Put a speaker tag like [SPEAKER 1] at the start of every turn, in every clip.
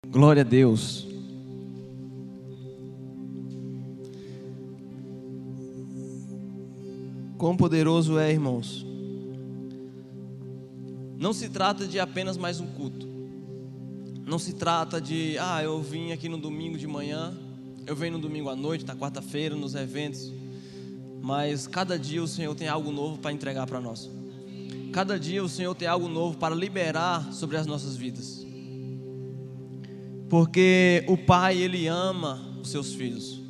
[SPEAKER 1] Glória a Deus. Quão poderoso é, irmãos. Não se trata de apenas mais um culto. Não se trata de, eu vim aqui no domingo de manhã, eu venho no domingo à noite, na quarta-feira, nos eventos. Mas cada dia o Senhor tem algo novo para entregar para nós. Cada dia o Senhor tem algo novo para liberar sobre as nossas vidas. Porque o Pai, Ele ama os seus filhos.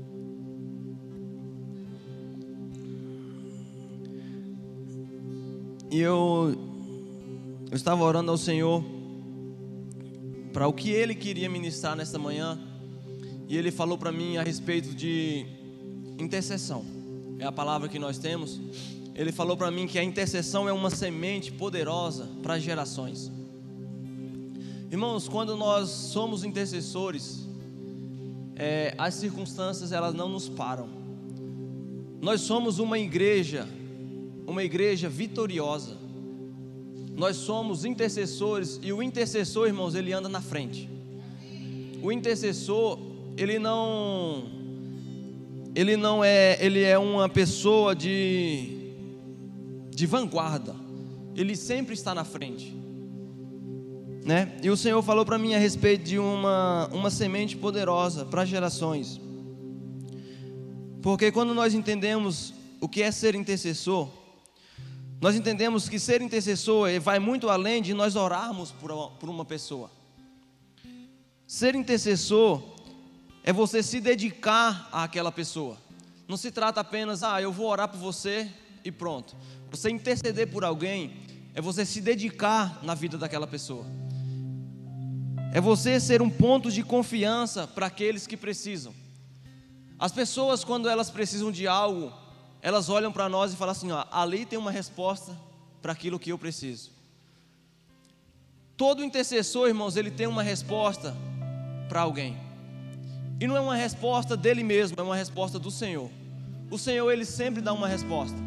[SPEAKER 1] E eu estava orando ao Senhor para o que Ele queria ministrar nesta manhã. E Ele falou para mim a respeito de intercessão. É a palavra que nós temos. Ele falou para mim que a intercessão é uma semente poderosa para as gerações. Irmãos, quando nós somos intercessores, as circunstâncias elas não nos param. Nós somos uma igreja vitoriosa. Nós somos intercessores, e o intercessor, irmãos, ele anda na frente. O intercessor, ele é uma pessoa de vanguarda. Ele sempre está na frente, né? E o Senhor falou para mim a respeito de uma semente poderosa para as gerações. Porque quando nós entendemos o que é ser intercessor, nós entendemos que ser intercessor vai muito além de nós orarmos por uma pessoa. Ser intercessor é você se dedicar àquela pessoa. Não se trata apenas, eu vou orar por você e pronto. Você interceder por alguém é você se dedicar na vida daquela pessoa. É você ser um ponto de confiança para aqueles que precisam. As pessoas, quando elas precisam de algo, elas olham para nós e falam assim, ali tem uma resposta para aquilo que eu preciso. Todo intercessor, irmãos, ele tem uma resposta para alguém. E não é uma resposta dele mesmo, é uma resposta do Senhor. O Senhor, ele sempre dá uma resposta.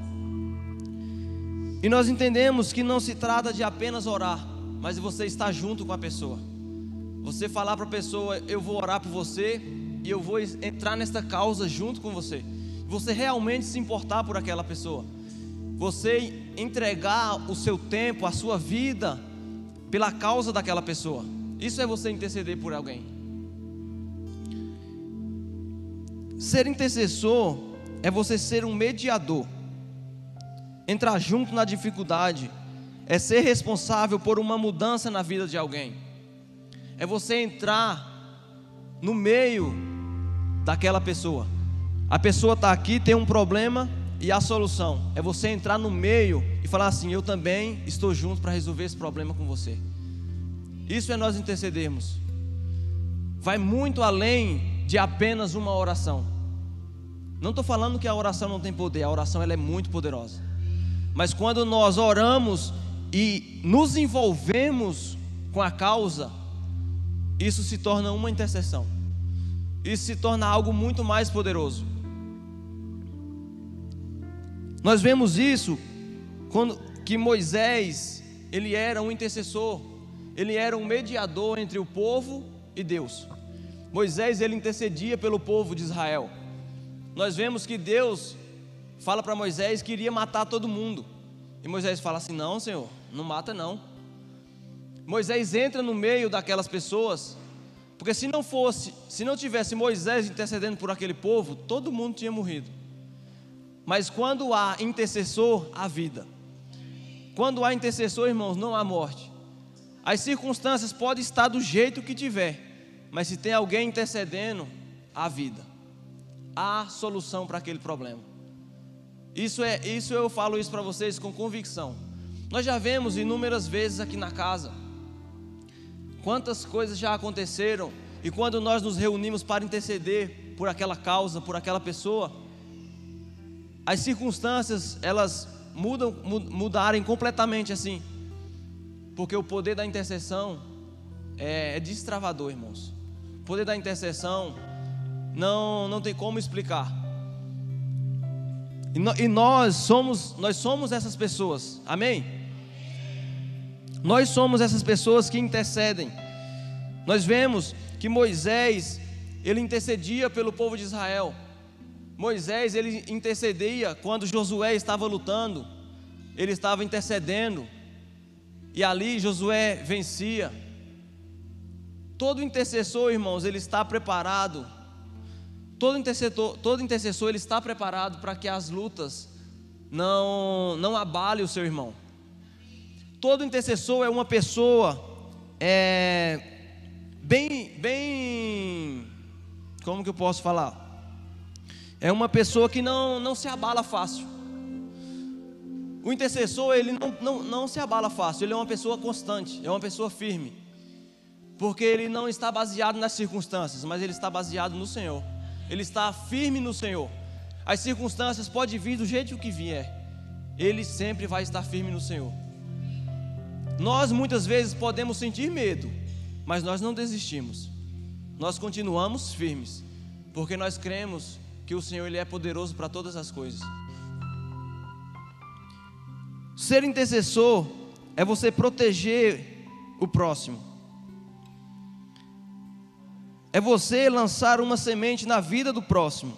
[SPEAKER 1] E nós entendemos que não se trata de apenas orar, mas de você estar junto com a pessoa. Você falar para a pessoa, eu vou orar por você e eu vou entrar nesta causa junto com você. Você realmente se importar por aquela pessoa. Você entregar o seu tempo, a sua vida pela causa daquela pessoa. Isso é você interceder por alguém. Ser intercessor é você ser um mediador. Entrar junto na dificuldade é ser responsável por uma mudança na vida de alguém. É você entrar no meio daquela pessoa. A pessoa está aqui, tem um problema e a solução é você entrar no meio e falar assim, eu também estou junto para resolver esse problema com você. Isso é nós intercedermos. Vai muito além de apenas uma oração. Não estou falando que a oração não tem poder, a oração ela é muito poderosa. Mas quando nós oramos e nos envolvemos com a causa, isso se torna uma intercessão. Isso se torna algo muito mais poderoso. Nós vemos isso quando que Moisés, ele era um intercessor, ele era um mediador entre o povo e Deus. Moisés, ele intercedia pelo povo de Israel. Nós vemos que Deus fala para Moisés que iria matar todo mundo. E Moisés fala assim, não, Senhor, não mata não. Moisés entra no meio daquelas pessoas, porque se não tivesse Moisés intercedendo por aquele povo, todo mundo tinha morrido. Mas quando há intercessor, há vida. Quando há intercessor, irmãos, não há morte. As circunstâncias podem estar do jeito que tiver, mas se tem alguém intercedendo, há vida. Há solução para aquele problema. Isso eu falo isso para vocês com convicção. Nós já vemos inúmeras vezes aqui na casa quantas coisas já aconteceram, e quando nós nos reunimos para interceder por aquela causa, por aquela pessoa, as circunstâncias elas mudarem completamente assim, porque o poder da intercessão é destravador, irmãos. O poder da intercessão não tem como explicar. E nós somos essas pessoas, amém? Nós somos essas pessoas que intercedem. Nós vemos que Moisés, ele intercedia pelo povo de Israel. Moisés, ele intercedia quando Josué estava lutando, ele estava intercedendo, e ali Josué vencia. Todo intercessor, irmãos, ele está preparado. Todo intercessor ele está preparado para que as lutas não abalem o seu irmão. Todo intercessor é uma pessoa bem, como que eu posso falar? É uma pessoa que não se abala fácil. O intercessor, ele não se abala fácil, ele é uma pessoa constante, é uma pessoa firme, porque ele não está baseado nas circunstâncias, mas ele está baseado no Senhor. Ele está firme no Senhor. As circunstâncias podem vir do jeito que vier, ele sempre vai estar firme no Senhor. Nós muitas vezes podemos sentir medo, mas nós não desistimos. Nós continuamos firmes, porque nós cremos que o Senhor, ele é poderoso para todas as coisas. Ser intercessor é você proteger o próximo. É você lançar uma semente na vida do próximo.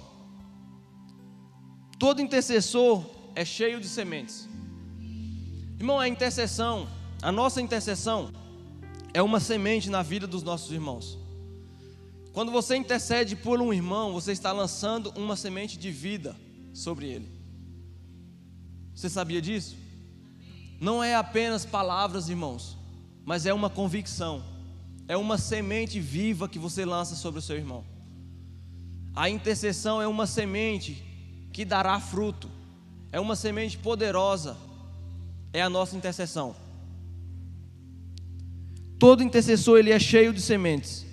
[SPEAKER 1] Todo intercessor é cheio de sementes. Irmão, a intercessão, a nossa intercessão é uma semente na vida dos nossos irmãos. Quando você intercede por um irmão, você está lançando uma semente de vida sobre ele. Você sabia disso? Não é apenas palavras, irmãos, mas é uma convicção. É uma semente viva que você lança sobre o seu irmão. A intercessão é uma semente que dará fruto. É uma semente poderosa. É a nossa intercessão. Todo intercessor, ele é cheio de sementes.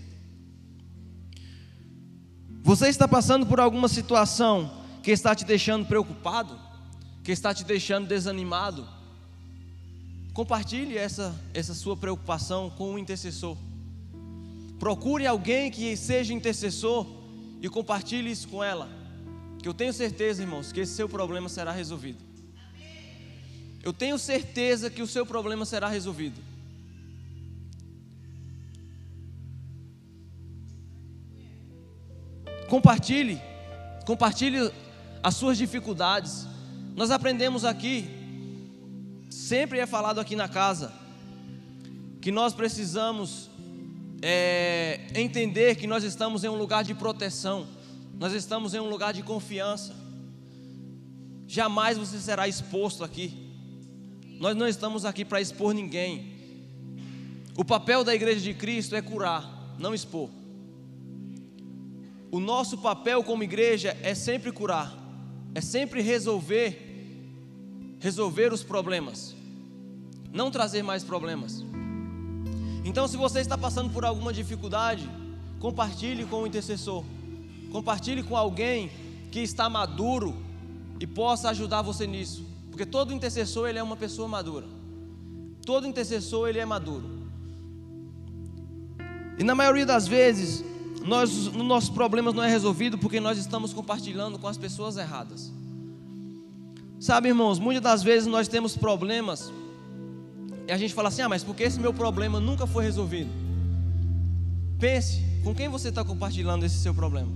[SPEAKER 1] Você está passando por alguma situação que está te deixando preocupado, que está te deixando desanimado? Compartilhe essa sua preocupação com um intercessor. Procure alguém que seja intercessor e compartilhe isso com ela, que eu tenho certeza, irmãos, que esse seu problema será resolvido. Eu tenho certeza que o seu problema será resolvido. Compartilhe as suas dificuldades. Nós aprendemos aqui, sempre é falado aqui na casa, que nós precisamos entender que nós estamos em um lugar de proteção, nós estamos em um lugar de confiança. Jamais você será exposto aqui. Nós não estamos aqui para expor ninguém. O papel da igreja de Cristo é curar, não expor. O nosso papel como igreja é sempre curar, é sempre resolver os problemas, não trazer mais problemas. Então, se você está passando por alguma dificuldade, compartilhe com o intercessor, compartilhe com alguém que está maduro e possa ajudar você nisso, porque todo intercessor, ele é uma pessoa madura. Todo intercessor, ele é maduro. E na maioria das vezes, nossos problemas não é resolvido porque nós estamos compartilhando com as pessoas erradas. Sabe, irmãos, muitas das vezes nós temos problemas e a gente fala assim: mas porque esse meu problema nunca foi resolvido? Pense, com quem você está compartilhando esse seu problema?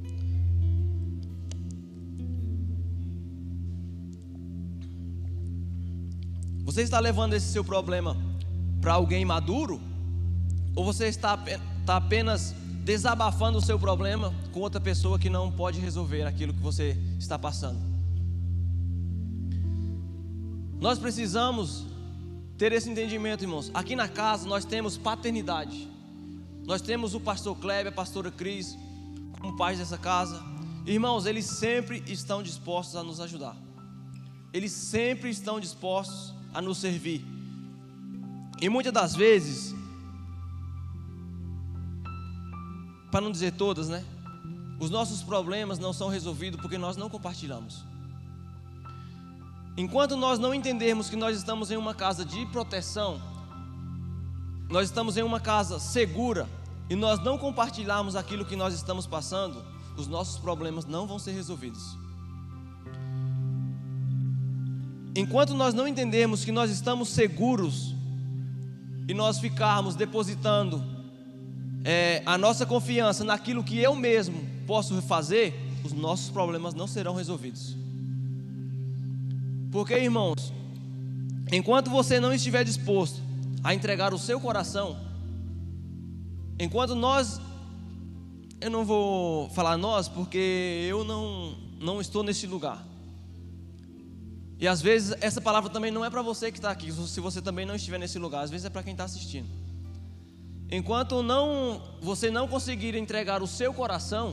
[SPEAKER 1] Você está levando esse seu problema para alguém maduro? Ou você está apenas desabafando o seu problema com outra pessoa que não pode resolver aquilo que você está passando? Nós precisamos ter esse entendimento, irmãos. Aqui na casa nós temos paternidade. Nós temos o pastor Kleber, a pastora Cris como pais dessa casa. Irmãos, eles sempre estão dispostos a nos ajudar. Eles sempre estão dispostos a nos servir. E muitas das vezes, para não dizer todas, né? Os nossos problemas não são resolvidos porque nós não compartilhamos. Enquanto nós não entendermos que nós estamos em uma casa de proteção, nós estamos em uma casa segura, e nós não compartilharmos aquilo que nós estamos passando, os nossos problemas não vão ser resolvidos. Enquanto nós não entendermos que nós estamos seguros, e nós ficarmos depositando a nossa confiança naquilo que eu mesmo posso fazer, os nossos problemas não serão resolvidos. Porque, irmãos, enquanto você não estiver disposto a entregar o seu coração, enquanto eu não vou falar nós, porque eu não estou nesse lugar. E às vezes essa palavra também não é para você que está aqui, se você também não estiver nesse lugar, às vezes é para quem está assistindo. Enquanto você não conseguir entregar o seu coração,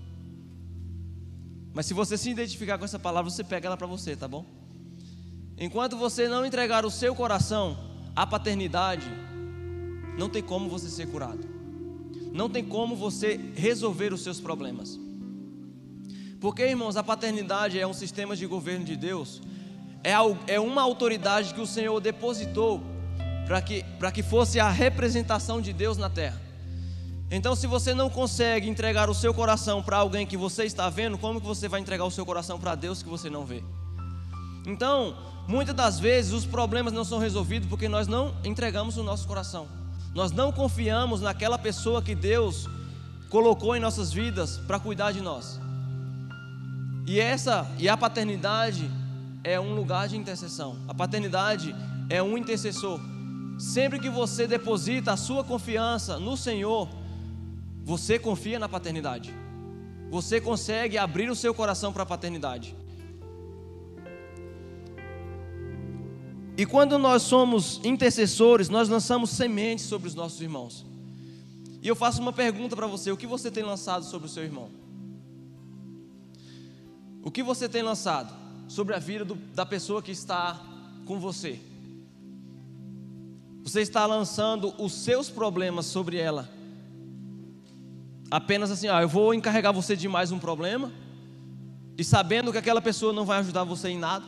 [SPEAKER 1] mas se você se identificar com essa palavra, você pega ela para você, tá bom? Enquanto você não entregar o seu coração à paternidade, não tem como você ser curado, não tem como você resolver os seus problemas. Porque, irmãos, a paternidade é um sistema de governo de Deus, é uma autoridade que o Senhor depositou para que fosse a representação de Deus na terra. Então, se você não consegue entregar o seu coração para alguém que você está vendo, como que você vai entregar o seu coração para Deus que você não vê? Então, muitas das vezes os problemas não são resolvidos porque nós não entregamos o nosso coração. Nós não confiamos naquela pessoa que Deus colocou em nossas vidas para cuidar de nós. E a paternidade é um lugar de intercessão. A paternidade é um intercessor. Sempre que você deposita a sua confiança no Senhor, você confia na paternidade. Você consegue abrir o seu coração para a paternidade. E quando nós somos intercessores, nós lançamos sementes sobre os nossos irmãos. E eu faço uma pergunta para você: o que você tem lançado sobre o seu irmão? O que você tem lançado sobre a vida da pessoa que está com você? Você está lançando os seus problemas sobre ela, apenas assim, eu vou encarregar você de mais um problema, e sabendo que aquela pessoa não vai ajudar você em nada?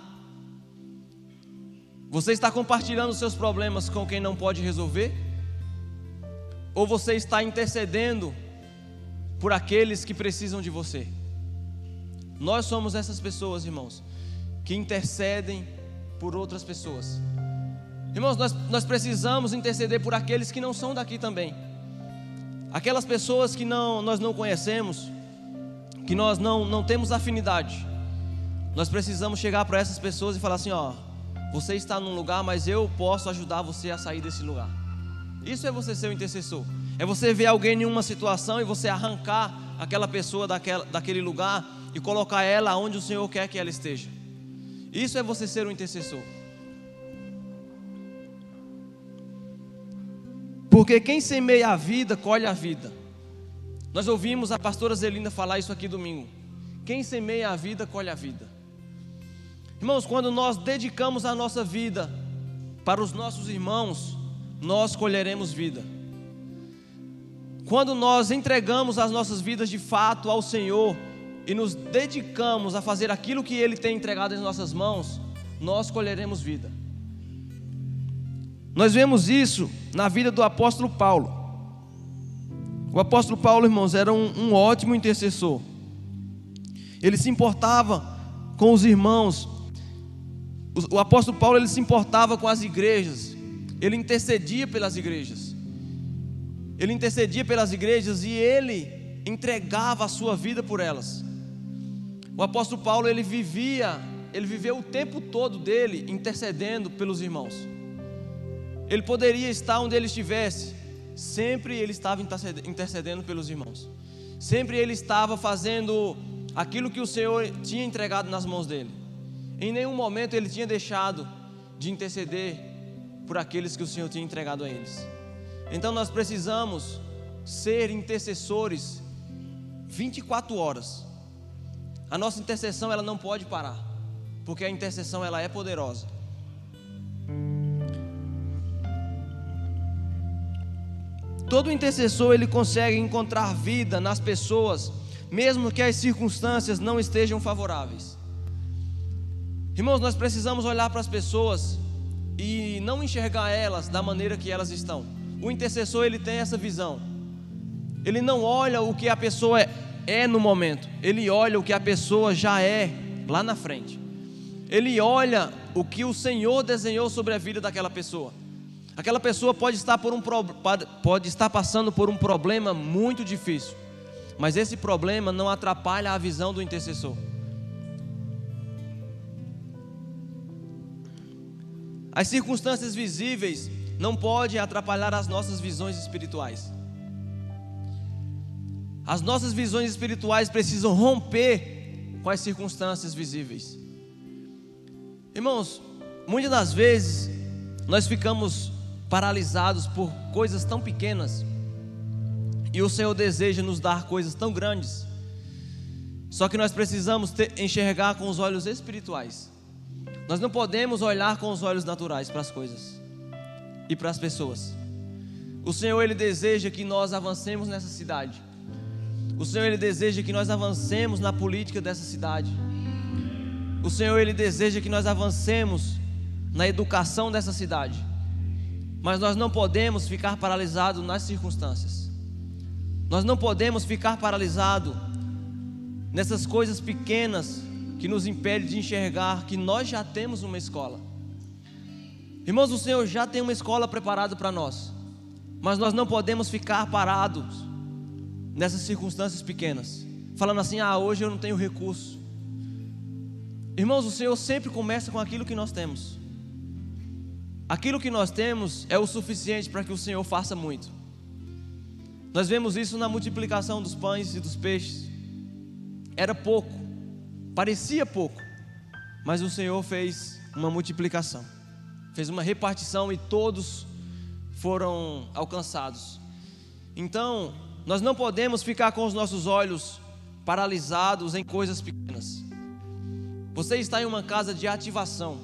[SPEAKER 1] Você está compartilhando os seus problemas com quem não pode resolver? Ou você está intercedendo por aqueles que precisam de você? Nós somos essas pessoas, irmãos, que intercedem por outras pessoas. Irmãos, nós precisamos interceder por aqueles que não são daqui também. Aquelas pessoas que nós não conhecemos, que nós não temos afinidade. Nós precisamos chegar para essas pessoas e falar assim: você está num lugar, mas eu posso ajudar você a sair desse lugar. Isso é você ser um intercessor. É você ver alguém em uma situação e você arrancar aquela pessoa daquele lugar e colocar ela onde o Senhor quer que ela esteja. Isso é você ser um intercessor. Porque quem semeia a vida, colhe a vida. Nós ouvimos a pastora Zelinda falar isso aqui domingo. Quem semeia a vida, colhe a vida. Irmãos, quando nós dedicamos a nossa vida para os nossos irmãos, nós colheremos vida. Quando nós entregamos as nossas vidas de fato ao Senhor e nos dedicamos a fazer aquilo que Ele tem entregado em nossas mãos, nós colheremos vida. Nós vemos isso na vida do apóstolo Paulo. O apóstolo Paulo, irmãos, era um ótimo intercessor. Ele se importava com os irmãos. O apóstolo Paulo, ele se importava com as igrejas. Ele intercedia pelas igrejas. Ele intercedia pelas igrejas e ele entregava a sua vida por elas. O apóstolo Paulo, ele viveu o tempo todo dele intercedendo pelos irmãos. Ele poderia estar onde ele estivesse, sempre ele estava intercedendo pelos irmãos. Sempre ele estava fazendo aquilo que o Senhor tinha entregado nas mãos dele. Em nenhum momento ele tinha deixado de interceder por aqueles que o Senhor tinha entregado a eles. Então nós precisamos ser intercessores 24 horas. A nossa intercessão, ela não pode parar, porque a intercessão, ela é poderosa. Todo intercessor, ele consegue encontrar vida nas pessoas, mesmo que as circunstâncias não estejam favoráveis. Irmãos, nós precisamos olhar para as pessoas e não enxergar elas da maneira que elas estão. O intercessor, ele tem essa visão. Ele não olha o que a pessoa é no momento, ele olha o que a pessoa já é lá na frente. Ele olha o que o Senhor desenhou sobre a vida daquela pessoa. Aquela pessoa pode estar passando por um problema muito difícil, mas esse problema não atrapalha a visão do intercessor. As circunstâncias visíveis não podem atrapalhar as nossas visões espirituais. As nossas visões espirituais precisam romper com as circunstâncias visíveis. Irmãos, muitas das vezes nós ficamos paralisados por coisas tão pequenas, e o Senhor deseja nos dar coisas tão grandes. Só que nós precisamos enxergar com os olhos espirituais. Nós não podemos olhar com os olhos naturais para as coisas e para as pessoas. O Senhor, Ele deseja que nós avancemos nessa cidade. O Senhor, Ele deseja que nós avancemos na política dessa cidade. O Senhor, Ele deseja que nós avancemos na educação dessa cidade. Mas nós não podemos ficar paralisados nas circunstâncias. Nós não podemos ficar paralisados nessas coisas pequenas que nos impedem de enxergar que nós já temos uma escola. Irmãos, o Senhor já tem uma escola preparada para nós, mas nós não podemos ficar parados nessas circunstâncias pequenas, falando assim: hoje eu não tenho recurso. Irmãos, o Senhor sempre começa com aquilo que nós temos. Aquilo que nós temos é o suficiente para que o Senhor faça muito. Nós vemos isso na multiplicação dos pães e dos peixes. Era pouco, parecia pouco, mas o Senhor fez uma multiplicação, fez uma repartição e todos foram alcançados. Então, nós não podemos ficar com os nossos olhos paralisados em coisas pequenas. Você está em uma casa de ativação.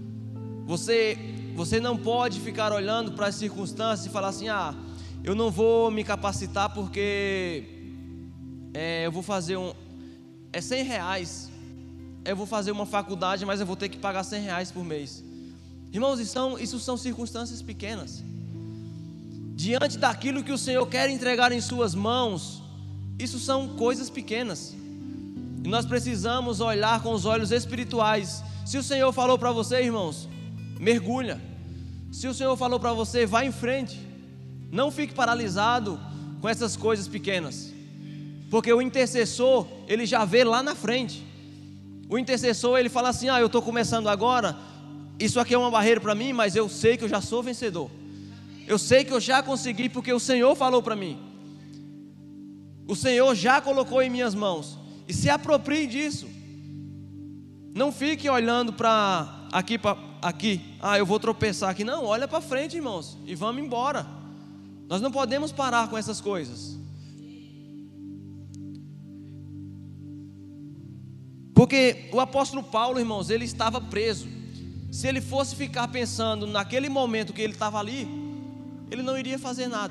[SPEAKER 1] Você não pode ficar olhando para as circunstâncias e falar assim: eu não vou me capacitar porque eu vou fazer R$100. Eu vou fazer uma faculdade, mas eu vou ter que pagar R$100 por mês. Irmãos, isso são circunstâncias pequenas. Diante daquilo que o Senhor quer entregar em suas mãos, isso são coisas pequenas. E nós precisamos olhar com os olhos espirituais. Se o Senhor falou para você, irmãos, mergulha. Se o Senhor falou para você, vá em frente. Não fique paralisado com essas coisas pequenas, porque o intercessor, ele já vê lá na frente. O intercessor, ele fala assim: eu estou começando agora, isso aqui é uma barreira para mim, mas eu sei que eu já sou vencedor. Eu sei que eu já consegui, porque o Senhor falou para mim. O Senhor já colocou em minhas mãos. E se aproprie disso. Não fique olhando para aqui. Eu vou tropeçar aqui. Não, olha para frente, irmãos, e vamos embora. Nós não podemos parar com essas coisas. Porque o apóstolo Paulo, irmãos, ele estava preso. Se ele fosse ficar pensando naquele momento que ele estava ali, ele não iria fazer nada.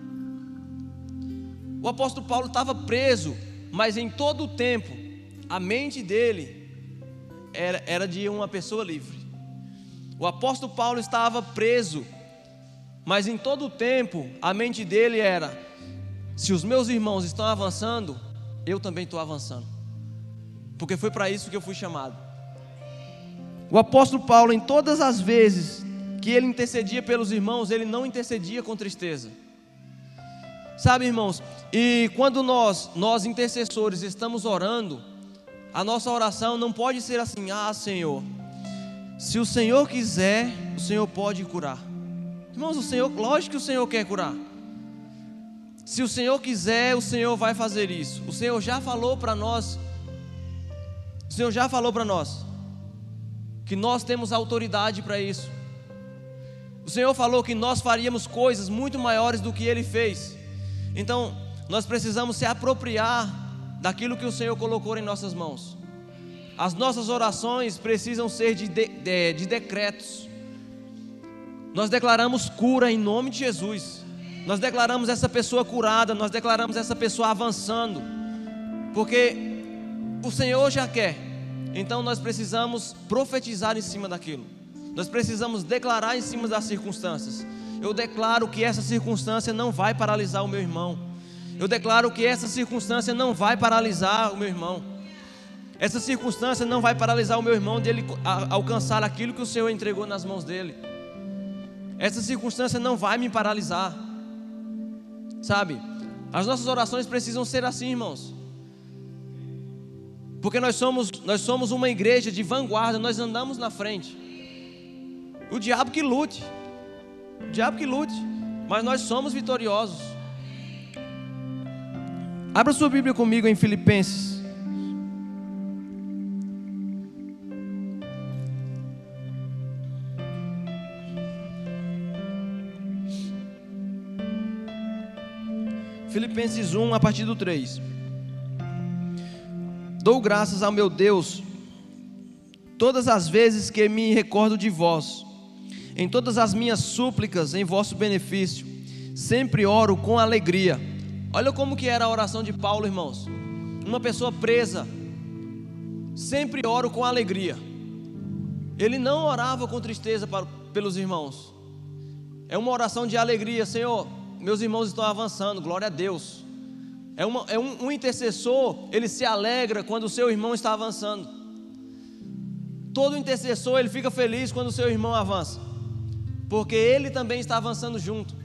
[SPEAKER 1] O apóstolo Paulo estava preso, mas em todo o tempo a mente dele era de uma pessoa livre. O apóstolo Paulo estava preso, mas em todo o tempo a mente dele era: se os meus irmãos estão avançando, eu também estou avançando, porque foi para isso que eu fui chamado. O apóstolo Paulo, em todas as vezes que ele intercedia pelos irmãos, ele não intercedia com tristeza. Sabe, irmãos, e quando nós intercessores estamos orando, a nossa oração não pode ser assim: Senhor, se o Senhor quiser, o Senhor pode curar. Irmãos, lógico que o Senhor quer curar. Se o Senhor quiser, o Senhor vai fazer isso. O Senhor já falou para nós. O Senhor já falou para nós que nós temos autoridade para isso. O Senhor falou que nós faríamos coisas muito maiores do que Ele fez. Então, nós precisamos se apropriar daquilo que o Senhor colocou em nossas mãos. As nossas orações precisam ser de decretos. Nós declaramos cura em nome de Jesus. Nós declaramos essa pessoa curada. Nós declaramos essa pessoa avançando, porque o Senhor já quer. Então nós precisamos profetizar em cima daquilo. Nós precisamos declarar em cima das circunstâncias. Eu declaro que essa circunstância não vai paralisar o meu irmão. Eu declaro que essa circunstância não vai paralisar o meu irmão. Essa circunstância não vai paralisar o meu irmão dele alcançar aquilo que o Senhor entregou nas mãos dele. essa circunstância não vai me paralisar. Sabe? As nossas orações precisam ser assim, irmãos. Porque nós somos uma igreja de vanguarda, nós andamos na frente. O diabo que lute, mas nós somos vitoriosos. Abra sua Bíblia comigo em Filipenses. Filipenses 1, a partir do 3. Dou graças ao meu Deus todas as vezes que me recordo de vós, em todas as minhas súplicas em vosso benefício, sempre oro com alegria. Olha como que era a oração de Paulo, irmãos. Uma pessoa presa, sempre oro com alegria. Ele não orava com tristeza pelos irmãos. É uma oração de alegria. Senhor, meus irmãos estão avançando, glória a Deus. Um intercessor, ele se alegra quando o seu irmão está avançando. Todo intercessor, ele fica feliz quando o seu irmão avança, porque ele também está avançando junto.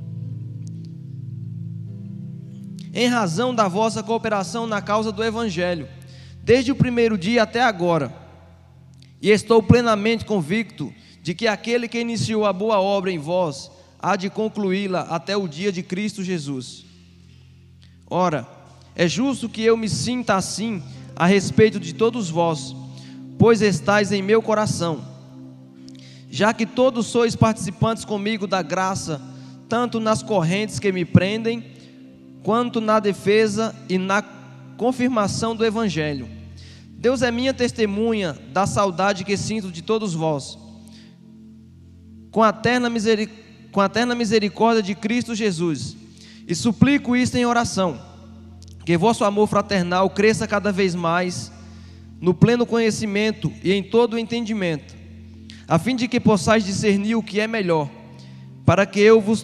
[SPEAKER 1] Em razão da vossa cooperação na causa do Evangelho, desde o primeiro dia até agora, e estou plenamente convicto de que aquele que iniciou a boa obra em vós há de concluí-la até o dia de Cristo Jesus. Ora, é justo que eu me sinta assim a respeito de todos vós, pois estáis em meu coração, já que todos sois participantes comigo da graça, tanto nas correntes que me prendem, quanto na defesa e na confirmação do Evangelho. Deus é minha testemunha da saudade que sinto de todos vós, com a eterna misericórdia de Cristo Jesus, e suplico isto em oração, que vosso amor fraternal cresça cada vez mais, no pleno conhecimento e em todo o entendimento, a fim de que possais discernir o que é melhor, para que vos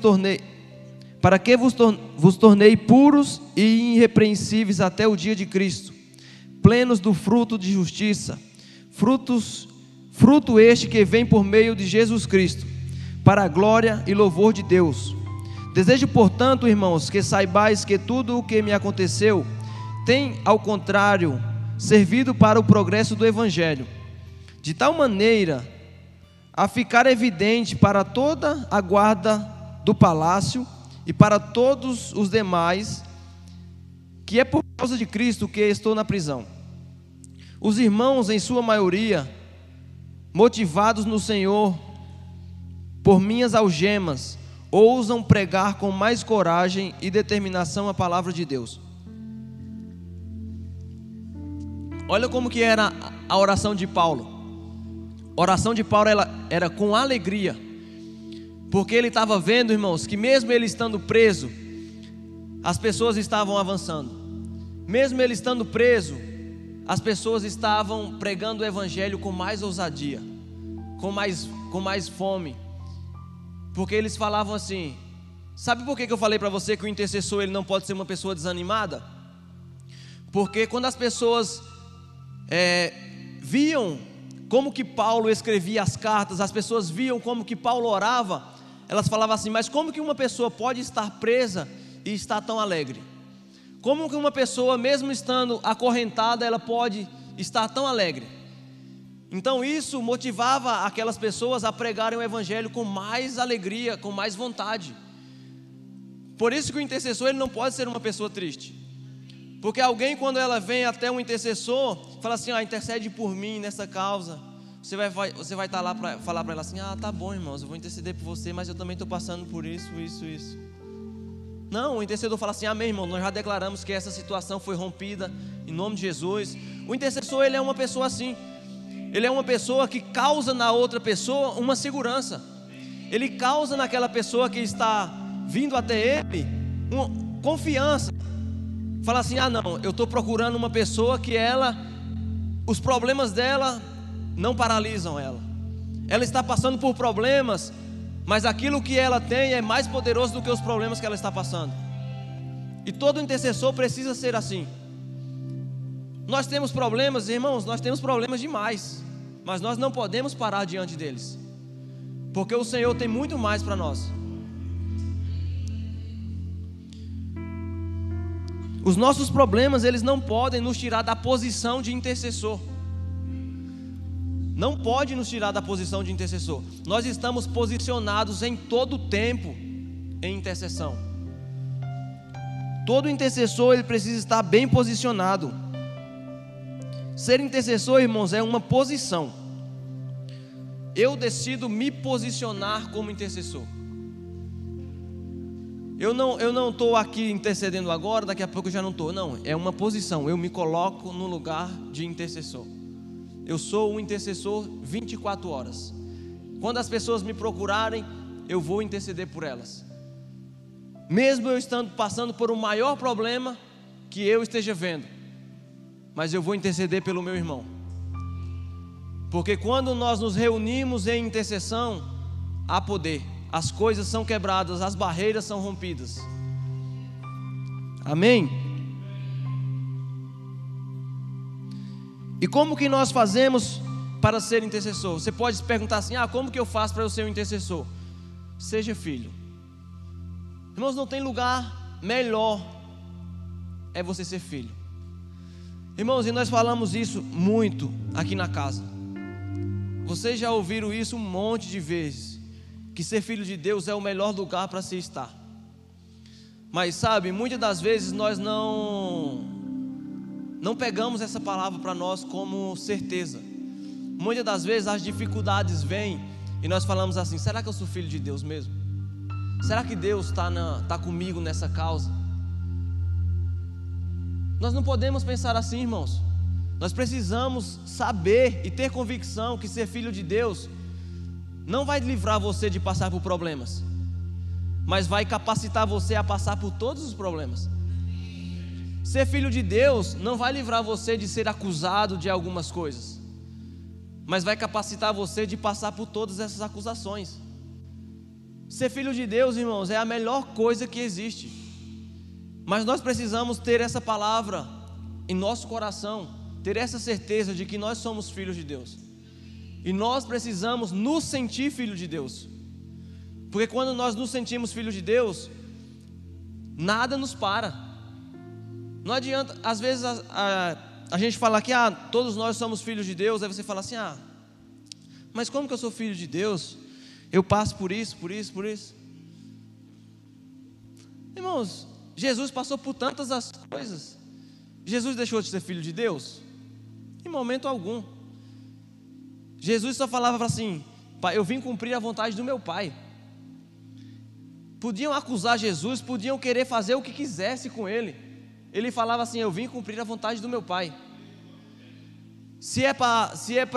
[SPEAKER 1] tornei puros e irrepreensíveis até o dia de Cristo, plenos do fruto de justiça, fruto este que vem por meio de Jesus Cristo, para a glória e louvor de Deus. Desejo, portanto, irmãos, que saibais que tudo o que me aconteceu tem, ao contrário, servido para o progresso do Evangelho, de tal maneira a ficar evidente para toda a guarda do palácio e para todos os demais, que é por causa de Cristo que estou na prisão. Os irmãos, em sua maioria, motivados no Senhor por minhas algemas, ousam pregar com mais coragem e determinação a palavra de Deus. Olha como que era a oração de Paulo. A oração de Paulo era com alegria, porque ele estava vendo, irmãos, que mesmo ele estando preso, as pessoas estavam avançando. Mesmo ele estando preso, as pessoas estavam pregando o Evangelho com mais ousadia, com mais fome. Porque eles falavam assim: sabe por que eu falei para você que o intercessor ele não pode ser uma pessoa desanimada? Porque quando as pessoas viam como que Paulo escrevia as cartas, as pessoas viam como que Paulo orava, elas falavam assim: mas como que uma pessoa pode estar presa e estar tão alegre? Como que uma pessoa, mesmo estando acorrentada, ela pode estar tão alegre? Então isso motivava aquelas pessoas a pregarem o Evangelho com mais alegria, com mais vontade. Por isso que o intercessor ele não pode ser uma pessoa triste. Porque alguém, quando ela vem até um intercessor, fala assim: intercede por mim nessa causa. Você vai estar lá para falar para ela assim: tá bom, irmãos, eu vou interceder por você, mas eu também estou passando por isso. Não, o intercedor fala assim: amém, irmão, nós já declaramos que essa situação foi rompida em nome de Jesus. O intercessor ele é uma pessoa assim. Ele é uma pessoa que causa na outra pessoa uma segurança. Ele causa naquela pessoa que está vindo até ele uma confiança. Fala assim: não, eu estou procurando uma pessoa que os problemas dela não paralisam ela. Ela está passando por problemas, mas aquilo que ela tem é mais poderoso do que os problemas que ela está passando. E todo intercessor precisa ser assim. Nós temos problemas, irmãos, nós temos problemas demais, mas nós não podemos parar diante deles. porque o Senhor tem muito mais para nós. Os nossos problemas, eles não podem nos tirar da posição de intercessor. Não pode nos tirar da posição de intercessor. Nós estamos posicionados em todo o tempo em intercessão. Todo intercessor, ele precisa estar bem posicionado. Ser intercessor, irmãos, é uma posição. Eu decido me posicionar como intercessor. Eu não estou aqui intercedendo agora, daqui a pouco eu já não estou. Não, é uma posição. Eu me coloco no lugar de intercessor. Eu sou um intercessor 24 horas. Quando as pessoas me procurarem, eu vou interceder por elas. Mesmo eu estando passando por um maior problema que eu esteja vendo, mas eu vou interceder pelo meu irmão. Porque quando nós nos reunimos em intercessão, há poder. As coisas são quebradas, as barreiras são rompidas. Amém? E como que nós fazemos para ser intercessor? Você pode se perguntar assim: como que eu faço para eu ser um intercessor? Seja filho. Irmãos, não tem lugar melhor, é você ser filho. Irmãos, e nós falamos isso muito aqui na casa. Vocês já ouviram isso um monte de vezes, que ser filho de Deus é o melhor lugar para se estar. Mas sabe, muitas das vezes nós não pegamos essa palavra para nós como certeza. Muitas das vezes as dificuldades vêm e nós falamos assim: será que eu sou filho de Deus mesmo? Será que Deus está comigo nessa causa? Nós não podemos pensar assim, irmãos. Nós precisamos saber e ter convicção que ser filho de Deus não vai livrar você de passar por problemas, mas vai capacitar você a passar por todos os problemas. Ser filho de Deus não vai livrar você de ser acusado de algumas coisas, mas vai capacitar você de passar por todas essas acusações. Ser filho de Deus, irmãos, é a melhor coisa que existe. Mas nós precisamos ter essa palavra em nosso coração, ter essa certeza de que nós somos filhos de Deus. E nós precisamos nos sentir filho de Deus. Porque quando nós nos sentimos filhos de Deus, nada nos para. Não adianta, às vezes a gente fala que todos nós somos filhos de Deus. Aí você fala assim: mas como que eu sou filho de Deus? Eu passo por isso, por isso, por isso. Irmãos, Jesus passou por tantas as coisas. Jesus deixou de ser filho de Deus? Em momento algum. Jesus só falava assim: Pai, eu vim cumprir a vontade do meu Pai. Podiam acusar Jesus, podiam querer fazer o que quisesse com ele. Ele falava assim: eu vim cumprir a vontade do meu Pai. Se é para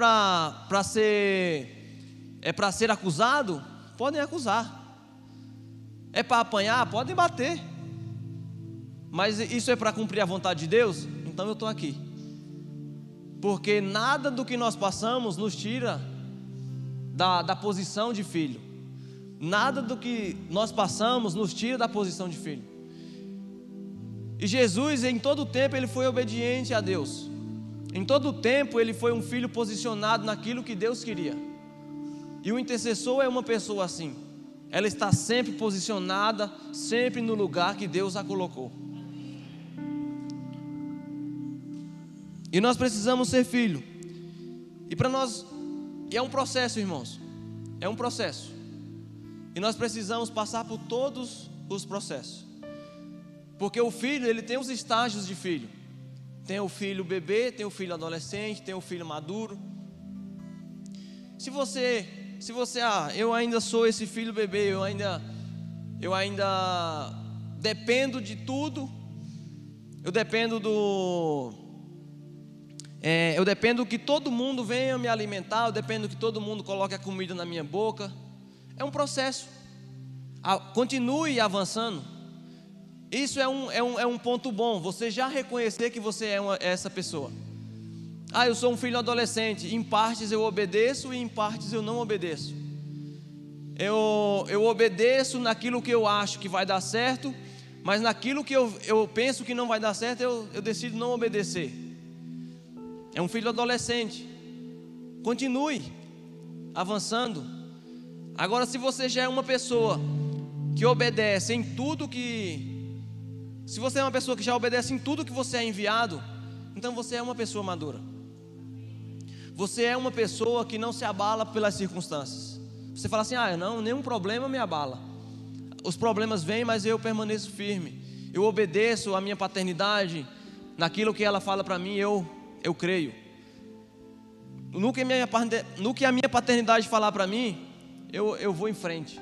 [SPEAKER 1] ser acusado, podem acusar. É para apanhar, podem bater. Mas isso é para cumprir a vontade de Deus? Então eu estou aqui. Porque nada do que nós passamos nos tira da posição de filho. Nada do que nós passamos nos tira da posição de filho. E Jesus, em todo o tempo, ele foi obediente a Deus. Em todo o tempo, ele foi um filho posicionado naquilo que Deus queria. E o intercessor é uma pessoa assim. Ela está sempre posicionada, sempre no lugar que Deus a colocou. E nós precisamos ser filho. E para nós, é um processo, irmãos. É um processo. E nós precisamos passar por todos os processos. Porque o filho, ele tem os estágios de filho. Tem o filho bebê, tem o filho adolescente, tem o filho maduro. Se você, eu ainda sou esse filho bebê, eu ainda dependo de tudo. Eu dependo que todo mundo venha me alimentar, eu dependo que todo mundo coloque a comida na minha boca. É um processo. Continue avançando. Isso é um ponto bom. Você já reconhecer que você é essa pessoa. Eu sou um filho adolescente. Em partes eu obedeço e em partes eu não obedeço. Eu obedeço naquilo que eu acho que vai dar certo, mas naquilo que eu penso que não vai dar certo, eu decido não obedecer. É um filho adolescente. Continue avançando. Agora, se você já é uma pessoa que obedece em tudo que... Se você é uma pessoa que já obedece em tudo que você é enviado, então você é uma pessoa madura. Você é uma pessoa que não se abala pelas circunstâncias. Você fala assim: não, nenhum problema me abala. Os problemas vêm, mas eu permaneço firme. Eu obedeço à minha paternidade. Naquilo que ela fala para mim, eu creio. No que a minha paternidade falar para mim, eu vou em frente.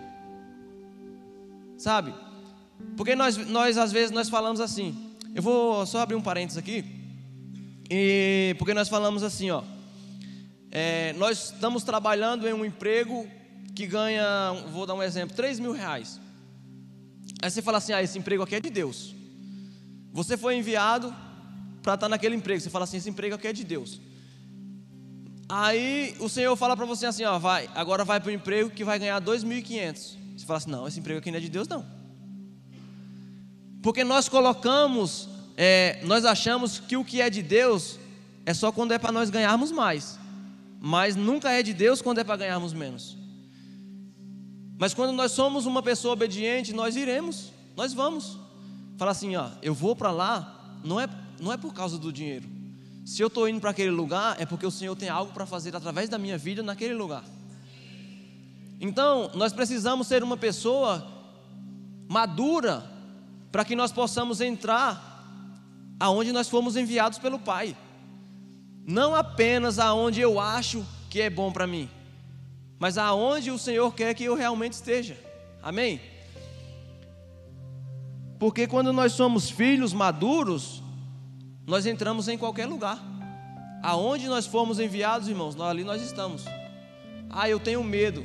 [SPEAKER 1] Sabe? Porque nós às vezes nós falamos assim. Eu vou só abrir um parênteses aqui. Porque nós falamos assim, nós estamos trabalhando em um emprego que ganha, vou dar um exemplo, 3 mil reais. Aí você fala assim: esse emprego aqui é de Deus. Você foi enviado para estar naquele emprego. Você fala assim: esse emprego aqui é de Deus. Aí o Senhor fala para você assim: agora vai para o emprego que vai ganhar 2.500. Você fala assim: não, esse emprego aqui não é de Deus não. Porque nós colocamos, nós achamos que o que é de Deus é só quando é para nós ganharmos mais. Mas nunca é de Deus quando é para ganharmos menos. Mas quando nós somos uma pessoa obediente, nós iremos, nós vamos. Fala assim: eu vou para lá, não é por causa do dinheiro. Se eu estou indo para aquele lugar, é porque o Senhor tem algo para fazer através da minha vida naquele lugar. Então, nós precisamos ser uma pessoa madura, para que nós possamos entrar aonde nós fomos enviados pelo Pai. Não apenas aonde eu acho que é bom para mim, mas aonde o Senhor quer que eu realmente esteja. Amém? Porque quando nós somos filhos maduros, nós entramos em qualquer lugar. Aonde nós fomos enviados, irmãos, ali nós estamos. Eu tenho medo.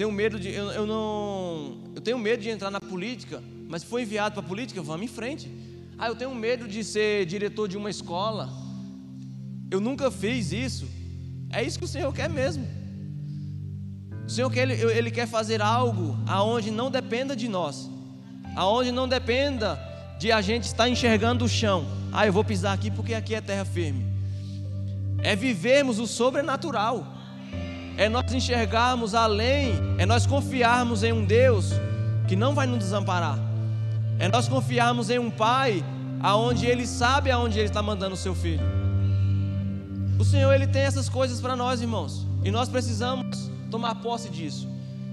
[SPEAKER 1] Eu tenho medo de entrar na política, mas foi enviado para a política, vamos em frente. Eu tenho medo de ser diretor de uma escola. Eu nunca fiz isso. É isso que o Senhor quer mesmo. O Senhor ele quer fazer algo aonde não dependa de nós, aonde não dependa de a gente estar enxergando o chão. Eu vou pisar aqui porque aqui é terra firme. É vivermos o sobrenatural. É nós enxergarmos além. É nós confiarmos em um Deus que não vai nos desamparar. É nós confiarmos em um Pai aonde Ele sabe aonde Ele está mandando o seu filho. O Senhor, Ele tem essas coisas para nós, irmãos, e nós precisamos tomar posse disso.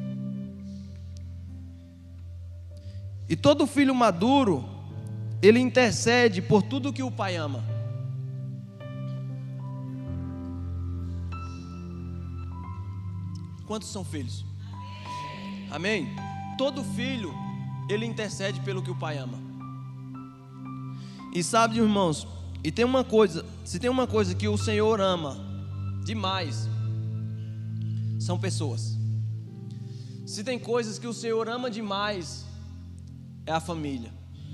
[SPEAKER 1] E todo filho maduro, ele intercede por tudo que o pai ama. Quantos são filhos? Amém? Todo filho, ele intercede pelo que o pai ama. E sabe, irmãos, se tem uma coisa que o Senhor ama demais, são pessoas. Se tem coisas que o Senhor ama demais, é a família.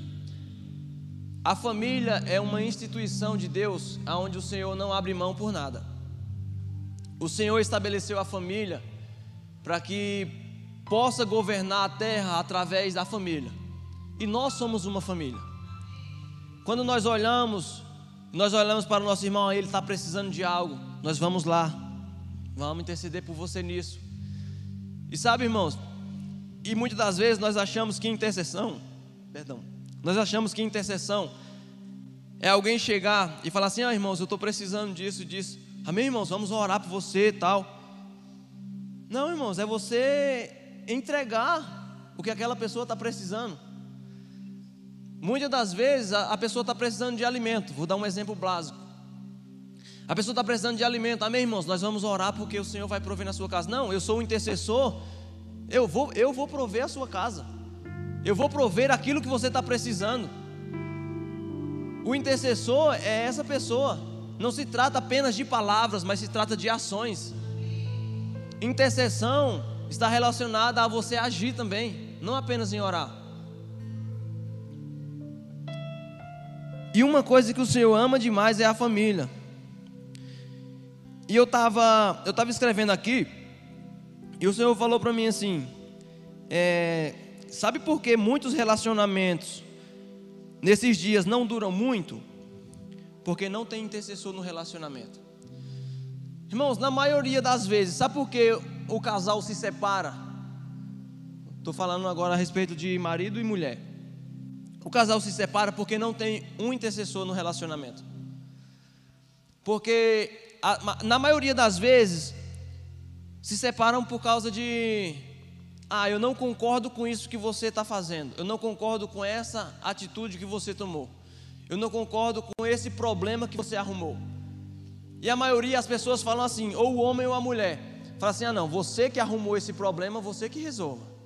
[SPEAKER 1] A família é uma instituição de Deus, onde o Senhor não abre mão por nada. O Senhor estabeleceu a família para que possa governar a terra através da família. E nós somos uma família. Quando nós olhamos para o nosso irmão, ele está precisando de algo, nós vamos lá, vamos interceder por você nisso. E sabe, irmãos, e muitas das vezes nós achamos que intercessão é alguém chegar e falar assim: irmãos, eu estou precisando disso. Amém, irmãos, vamos orar por você e tal. Não, irmãos, é você entregar o que aquela pessoa está precisando. Muitas das vezes a pessoa está precisando de alimento. Vou dar um exemplo básico. A pessoa está precisando de alimento. Amém, irmãos, nós vamos orar porque o Senhor vai prover na sua casa. Não, eu sou o intercessor. Eu vou prover a sua casa. Eu vou prover aquilo que você está precisando. O intercessor é essa pessoa. Não se trata apenas de palavras, mas se trata de ações. Intercessão está relacionada a você agir também, não apenas em orar. E uma coisa que o Senhor ama demais é a família. E eu estava escrevendo aqui, e o Senhor falou para mim assim: sabe por que muitos relacionamentos nesses dias não duram muito? Porque não tem intercessor no relacionamento. Irmãos, na maioria das vezes, sabe por que o casal se separa? Estou falando agora a respeito de marido e mulher. O casal se separa porque não tem um intercessor no relacionamento. Porque na maioria das vezes se separam por causa de: eu não concordo com isso que você está fazendo, eu não concordo com essa atitude que você tomou, eu não concordo com esse problema que você arrumou. E a maioria, as pessoas falam assim, ou o homem ou a mulher, fala assim: não, você que arrumou esse problema, você que resolva.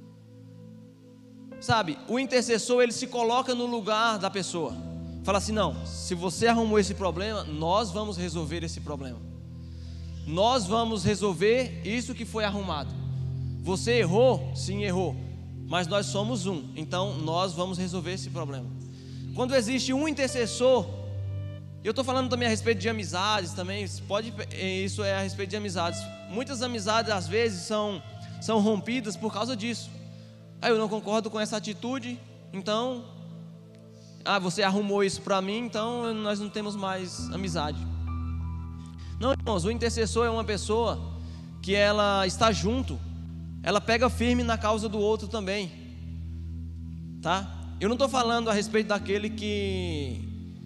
[SPEAKER 1] Sabe, o intercessor, ele se coloca no lugar da pessoa, fala assim: não, se você arrumou esse problema, nós vamos resolver esse problema, nós vamos resolver isso que foi arrumado. Você errou? Sim, errou, mas nós somos um, então nós vamos resolver esse problema. Quando existe um intercessor, eu estou falando também a respeito de amizades também, isso é a respeito de amizades. Muitas amizades às vezes são rompidas por causa disso. Eu não concordo com essa atitude, então você arrumou isso para mim, então nós não temos mais amizade. Não, irmãos, o intercessor é uma pessoa que ela está junto, ela pega firme na causa do outro também, tá? Eu não estou falando a respeito daquele que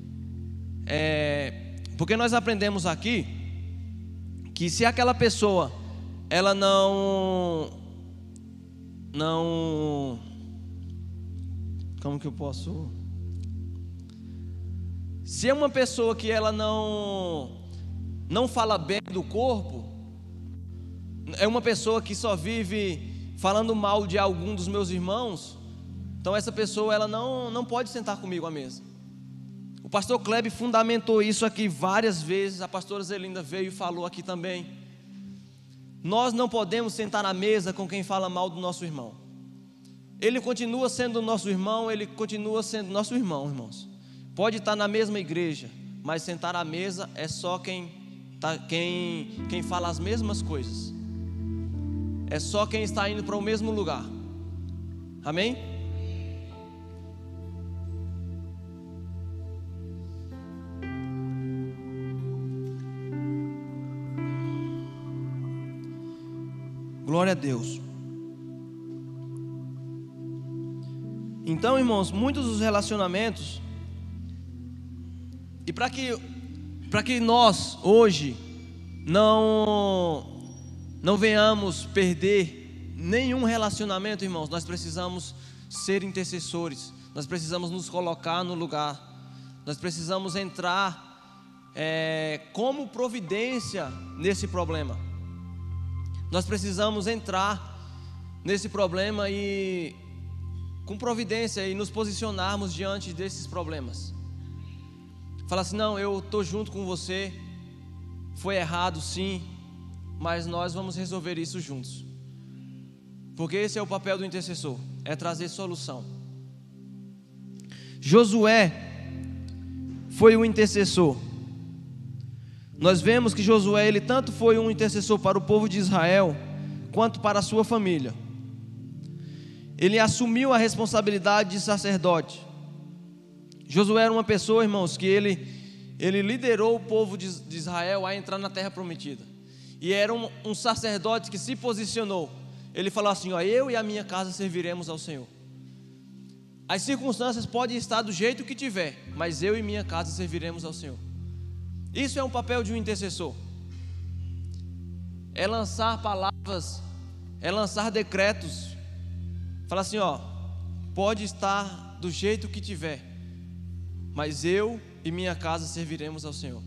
[SPEAKER 1] porque nós aprendemos aqui que se aquela pessoa ela como que eu posso? Se é uma pessoa que ela não fala bem do corpo, é uma pessoa que só vive falando mal de algum dos meus irmãos, então essa pessoa ela não pode sentar comigo à mesa. O pastor Kleber fundamentou isso aqui várias vezes, a pastora Zelinda veio e falou aqui também. Nós não podemos sentar na mesa com quem fala mal do nosso irmão. Ele continua sendo nosso irmão, ele continua sendo nosso irmão, irmãos. Pode estar na mesma igreja, mas sentar à mesa é só quem fala as mesmas coisas. É só quem está indo para o mesmo lugar. Amém? Glória a Deus. Então, irmãos, muitos dos relacionamentos, e para que nós hoje não venhamos perder nenhum relacionamento, irmãos, nós precisamos ser intercessores, nós precisamos nos colocar no lugar, nós precisamos entrar como providência nesse problema. Nós precisamos entrar nesse problema e com providência e nos posicionarmos diante desses problemas. Falar assim: não, eu estou junto com você, foi errado sim, mas nós vamos resolver isso juntos. Porque esse é o papel do intercessor, é trazer solução. Josué foi o intercessor. Nós vemos que Josué, ele tanto foi um intercessor para o povo de Israel, quanto para a sua família. Ele assumiu a responsabilidade de sacerdote. Josué era uma pessoa, irmãos, que ele liderou o povo de Israel a entrar na terra prometida. E era um sacerdote que se posicionou. Ele falou assim: eu e a minha casa serviremos ao Senhor. As circunstâncias podem estar do jeito que tiver, mas eu e minha casa serviremos ao Senhor. Isso é um papel de um intercessor. É lançar palavras, é lançar decretos. Fala assim: pode estar do jeito que tiver, mas eu e minha casa serviremos ao Senhor.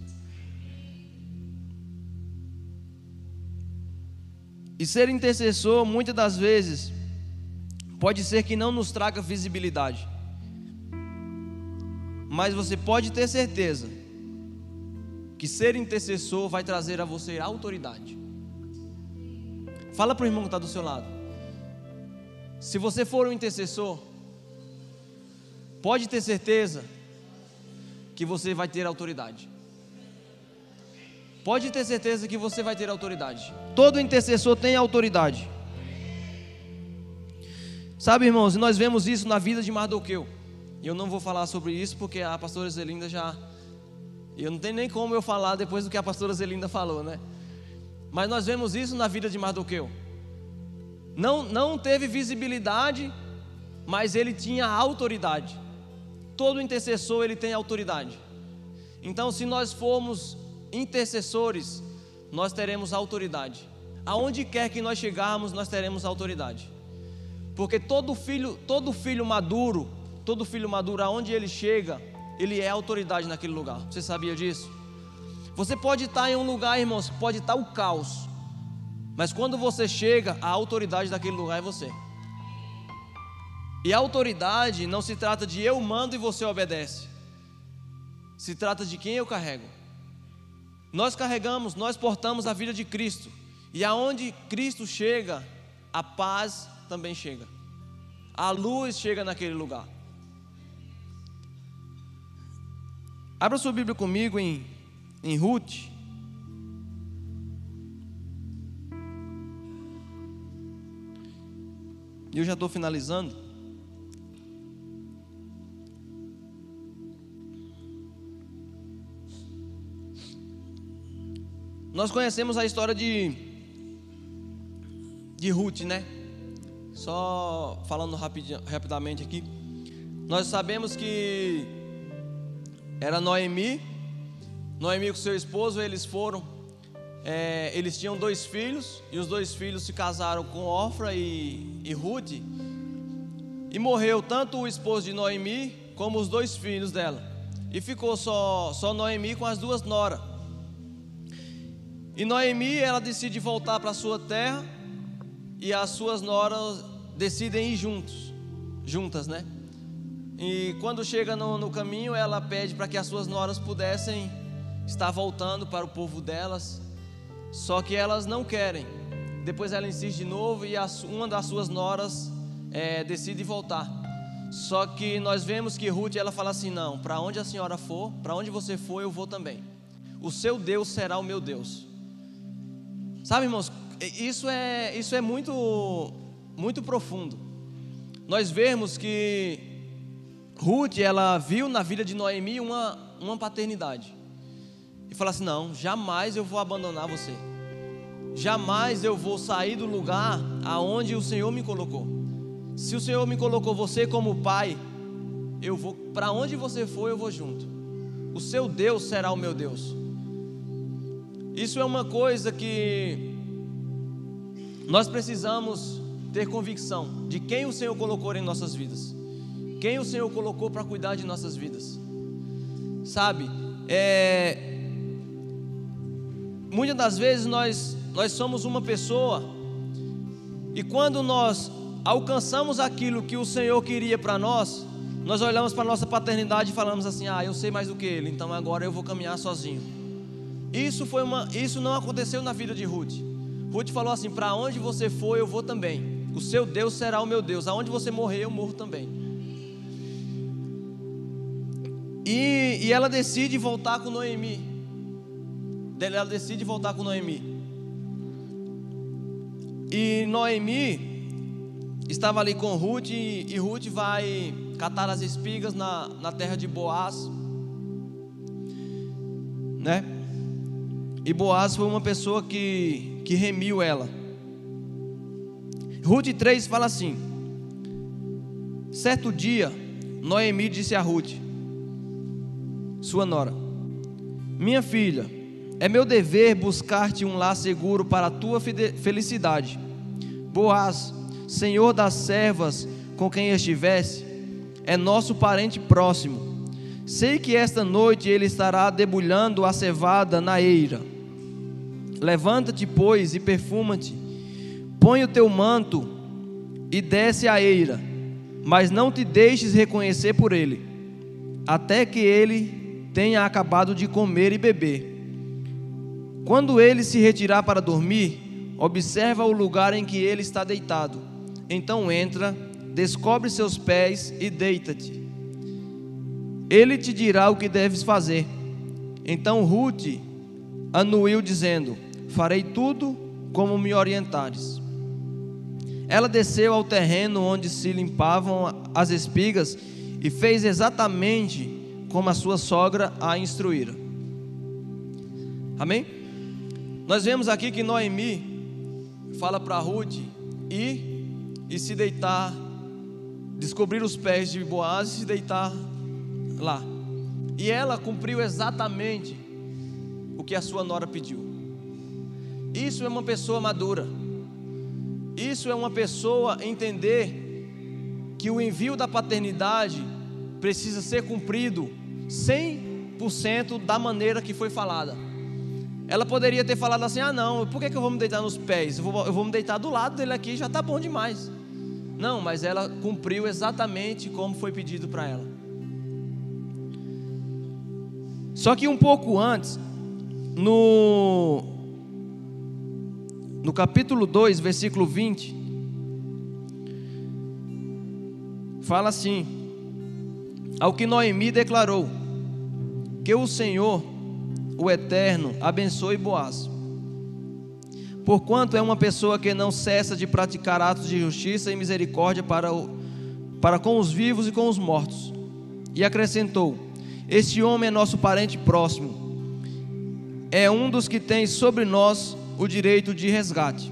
[SPEAKER 1] E ser intercessor, muitas das vezes, pode ser que não nos traga visibilidade, mas você pode ter certeza que ser intercessor vai trazer a você autoridade. Fala para o irmão que está do seu lado: se você for um intercessor, pode ter certeza que você vai ter autoridade. Pode ter certeza que você vai ter autoridade. Todo intercessor tem autoridade. Sabe, irmãos, nós vemos isso na vida de Mardoqueu. E eu não vou falar sobre isso porque a pastora Zelinda eu não tenho nem como eu falar depois do que a pastora Zelinda falou, né? Mas nós vemos isso na vida de Mardoqueu. Não teve visibilidade, mas ele tinha autoridade. Todo intercessor, ele tem autoridade. Então, se nós formos intercessores, nós teremos autoridade. Aonde quer que nós chegarmos, nós teremos autoridade. Porque todo filho maduro, aonde ele chega, ele é autoridade naquele lugar. Você sabia disso? Você pode estar em um lugar, irmãos, pode estar o caos, mas quando você chega, a autoridade daquele lugar é você. E a autoridade não se trata de eu mando e você obedece. Se trata de quem eu carrego. Nós carregamos, nós portamos a vida de Cristo. E aonde Cristo chega, a paz também chega. A luz chega naquele lugar. Abra sua Bíblia comigo em Ruth. E eu já estou finalizando. Nós conhecemos a história de Ruth, né? Só falando rapidamente aqui. Nós sabemos que era Noemi com seu esposo, eles tinham 2 filhos, e os 2 filhos se casaram com Orfa e Ruth, e morreu tanto o esposo de Noemi, como os 2 filhos dela, e ficou só Noemi com as 2 noras. E Noemi, ela decide voltar para a sua terra, e as suas noras decidem ir juntas, né? E quando chega no caminho, ela pede para que as suas noras pudessem estar voltando para o povo delas, só que elas não querem. Depois ela insiste de novo, e uma das suas noras decide voltar. Só que nós vemos que Ruth, ela fala assim: não, para onde a senhora for, para onde você for, eu vou também. O seu Deus será o meu Deus. Sabe, irmãos, isso é muito, muito profundo. Nós vemos que Ruth, ela viu na vida de Noemi uma paternidade, e fala assim: não, jamais eu vou abandonar você, jamais eu vou sair do lugar aonde o Senhor me colocou. Se o Senhor me colocou você como pai, eu vou, para onde você for, eu vou junto. O seu Deus será o meu Deus. Isso é uma coisa que nós precisamos ter convicção de quem o Senhor colocou em nossas vidas, quem o Senhor colocou para cuidar de nossas vidas. Sabe, muitas das vezes nós somos uma pessoa, e quando nós alcançamos aquilo que o Senhor queria para nós, nós olhamos para a nossa paternidade e falamos assim: eu sei mais do que ele, então agora eu vou caminhar sozinho. Isso não aconteceu na vida de Ruth. Ruth falou assim: para onde você for, eu vou também. O seu Deus será o meu Deus. Aonde você morrer, eu morro também. E ela decide voltar com Noemi. E Noemi estava ali com Ruth, e Ruth vai catar as espigas na terra de Boaz, né? E Boaz foi uma pessoa que remiu ela. Ruth 3 fala assim: certo dia, Noemi disse a Ruth, sua nora: minha filha, é meu dever buscar-te um lar seguro para a tua felicidade. Boaz, senhor das servas com quem estivesse, é nosso parente próximo. Sei que esta noite ele estará debulhando a cevada na eira. Levanta-te, pois, e perfuma-te. Põe o teu manto e desce a eira, mas não te deixes reconhecer por ele, até que ele tenha acabado de comer e beber. Quando ele se retirar para dormir, observa o lugar em que ele está deitado. Então entra, descobre seus pés e deita-te. Ele te dirá o que deves fazer. Então Ruth anuiu, dizendo: farei tudo como me orientares. Ela desceu ao terreno onde se limpavam as espigas e fez exatamente como a sua sogra a instruíra. Amém? Nós vemos aqui que Noemi fala para Ruth ir e se deitar, descobrir os pés de Boaz e se deitar lá. E ela cumpriu exatamente o que a sua nora pediu. Isso é uma pessoa madura. Isso é uma pessoa entender que o envio da paternidade precisa ser cumprido 100% da maneira que foi falada. Ela poderia ter falado assim: ah não, por que eu vou me deitar nos pés? Eu vou me deitar do lado dele aqui, já está bom demais. Não, mas ela cumpriu exatamente como foi pedido para ela. Só que um pouco antes, no capítulo 2, versículo 20, fala assim: ao que Noemi declarou, que o Senhor, o Eterno, abençoe Boaz, porquanto é uma pessoa que não cessa de praticar atos de justiça e misericórdia para com os vivos e com os mortos. E acrescentou: este homem é nosso parente próximo, é um dos que tem sobre nós o direito de resgate.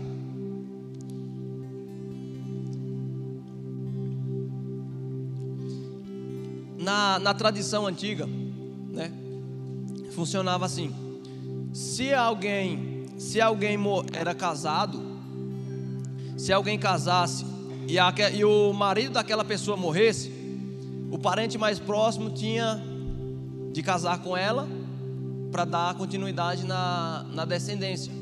[SPEAKER 1] Na tradição antiga, né, funcionava assim: se alguém era casado, se alguém casasse e o marido daquela pessoa morresse, o parente mais próximo tinha de casar com ela para dar continuidade na descendência.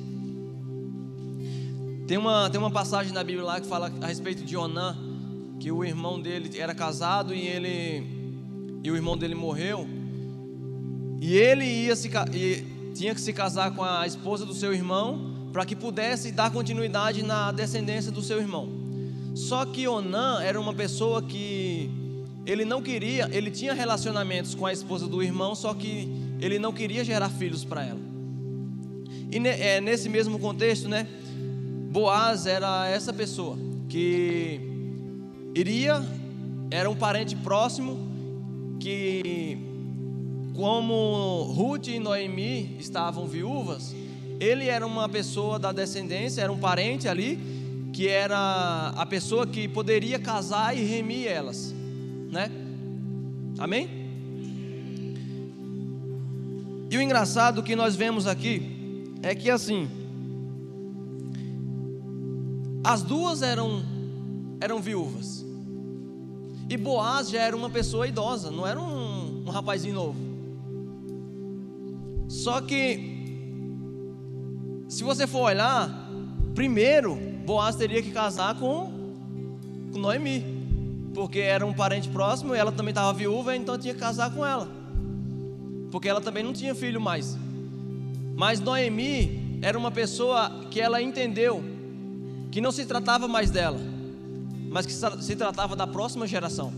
[SPEAKER 1] Tem uma passagem na Bíblia lá que fala a respeito de Onã, que o irmão dele era casado e o irmão dele morreu, e ele tinha que se casar com a esposa do seu irmão para que pudesse dar continuidade na descendência do seu irmão. Só que Onã era uma pessoa que ele não queria, ele tinha relacionamentos com a esposa do irmão, só que ele não queria gerar filhos para ela. E nesse mesmo contexto, né, Boaz era essa pessoa que era um parente próximo, que como Ruth e Noemi estavam viúvas, ele era uma pessoa da descendência, era um parente ali, que era a pessoa que poderia casar e remir elas, né? Amém? E o engraçado que nós vemos aqui é que assim, as duas eram viúvas, e Boaz já era uma pessoa idosa, não era um rapazinho novo. Só que, se você for olhar, primeiro Boaz teria que casar com Noemi, porque era um parente próximo, e ela também estava viúva, então tinha que casar com ela, porque ela também não tinha filho mais. Mas Noemi era uma pessoa que ela entendeu que não se tratava mais dela, mas que se tratava da próxima geração.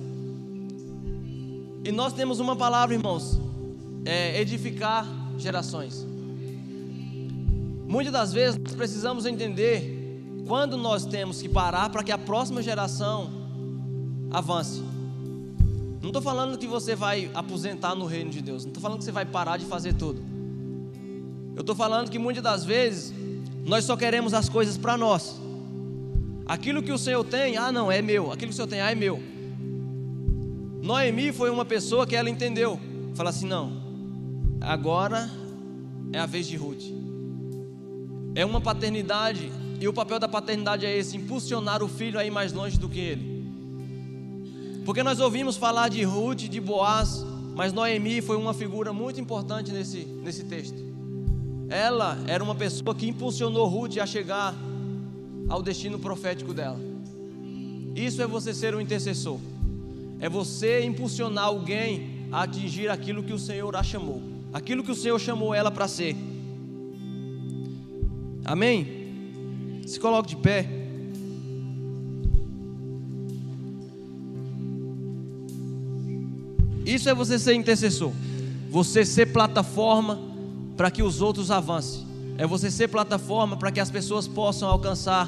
[SPEAKER 1] E nós temos uma palavra, irmãos, edificar gerações. Muitas das vezes nós precisamos entender quando nós temos que parar para que a próxima geração avance. Não estou falando que você vai aposentar no reino de Deus, não estou falando que você vai parar de fazer tudo. Eu estou falando que muitas das vezes nós só queremos as coisas para nós. Aquilo que o Senhor tem, não, é meu. Aquilo que o Senhor tem, é meu. Noemi foi uma pessoa que ela entendeu. Fala assim: não, agora é a vez de Ruth. É uma paternidade, e o papel da paternidade é esse: impulsionar o filho a ir mais longe do que ele. Porque nós ouvimos falar de Ruth, de Boaz, mas Noemi foi uma figura muito importante nesse texto. Ela era uma pessoa que impulsionou Ruth a chegar ao destino profético dela. Isso é você ser um intercessor. É você impulsionar alguém a atingir aquilo que o Senhor a chamou, aquilo que o Senhor chamou ela para ser. Amém? Se coloque de pé. Isso é você ser intercessor. Você ser plataforma para que os outros avancem. É você ser plataforma para que as pessoas possam alcançar.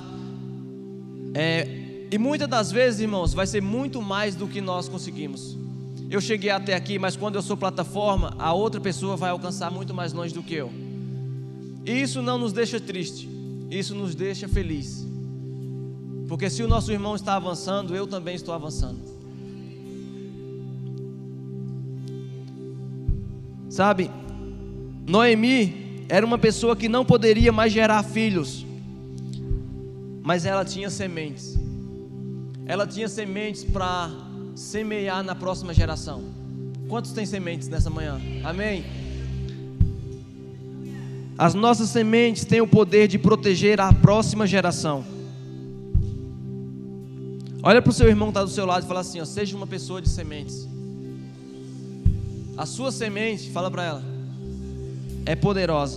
[SPEAKER 1] E muitas das vezes, irmãos, vai ser muito mais do que nós conseguimos. Eu cheguei até aqui, mas quando eu sou plataforma, a outra pessoa vai alcançar muito mais longe do que eu. E isso não nos deixa triste, isso nos deixa feliz. Porque se o nosso irmão está avançando, eu também estou avançando. Sabe, Noemi era uma pessoa que não poderia mais gerar filhos, mas ela tinha sementes. Ela tinha sementes para semear na próxima geração. Quantos têm sementes nessa manhã? Amém? As nossas sementes têm o poder de proteger a próxima geração. Olha para o seu irmão que está do seu lado e fala assim, ó, seja uma pessoa de sementes. A sua semente, fala para ela, é poderosa.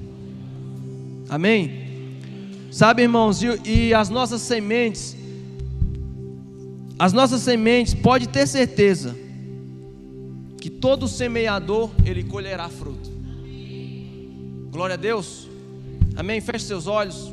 [SPEAKER 1] Amém? Sabe, irmãos, e as nossas sementes, pode ter certeza que todo semeador, ele colherá fruto. Glória a Deus. Amém? Feche seus olhos.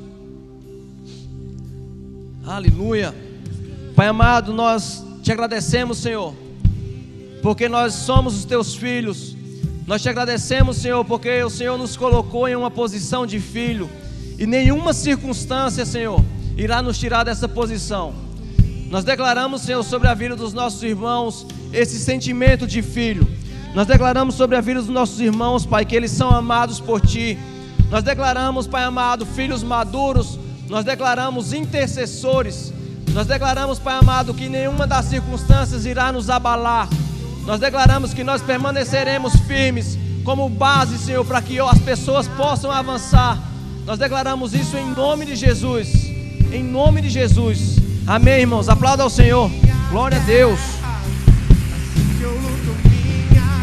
[SPEAKER 1] Aleluia. Pai amado, nós te agradecemos, Senhor, porque nós somos os teus filhos. Nós te agradecemos, Senhor, porque o Senhor nos colocou em uma posição de filho, e nenhuma circunstância, Senhor, irá nos tirar dessa posição. Nós declaramos, Senhor, sobre a vida dos nossos irmãos esse sentimento de filho. Nós declaramos sobre a vida dos nossos irmãos, Pai, que eles são amados por Ti. Nós declaramos, Pai amado, filhos maduros. Nós declaramos intercessores. Nós declaramos, Pai amado, que nenhuma das circunstâncias irá nos abalar. Nós declaramos que nós permaneceremos firmes como base, Senhor, para que as pessoas possam avançar. Nós declaramos isso em nome de Jesus. Em nome de Jesus. Amém, irmãos. Aplauda ao Senhor. Glória a Deus.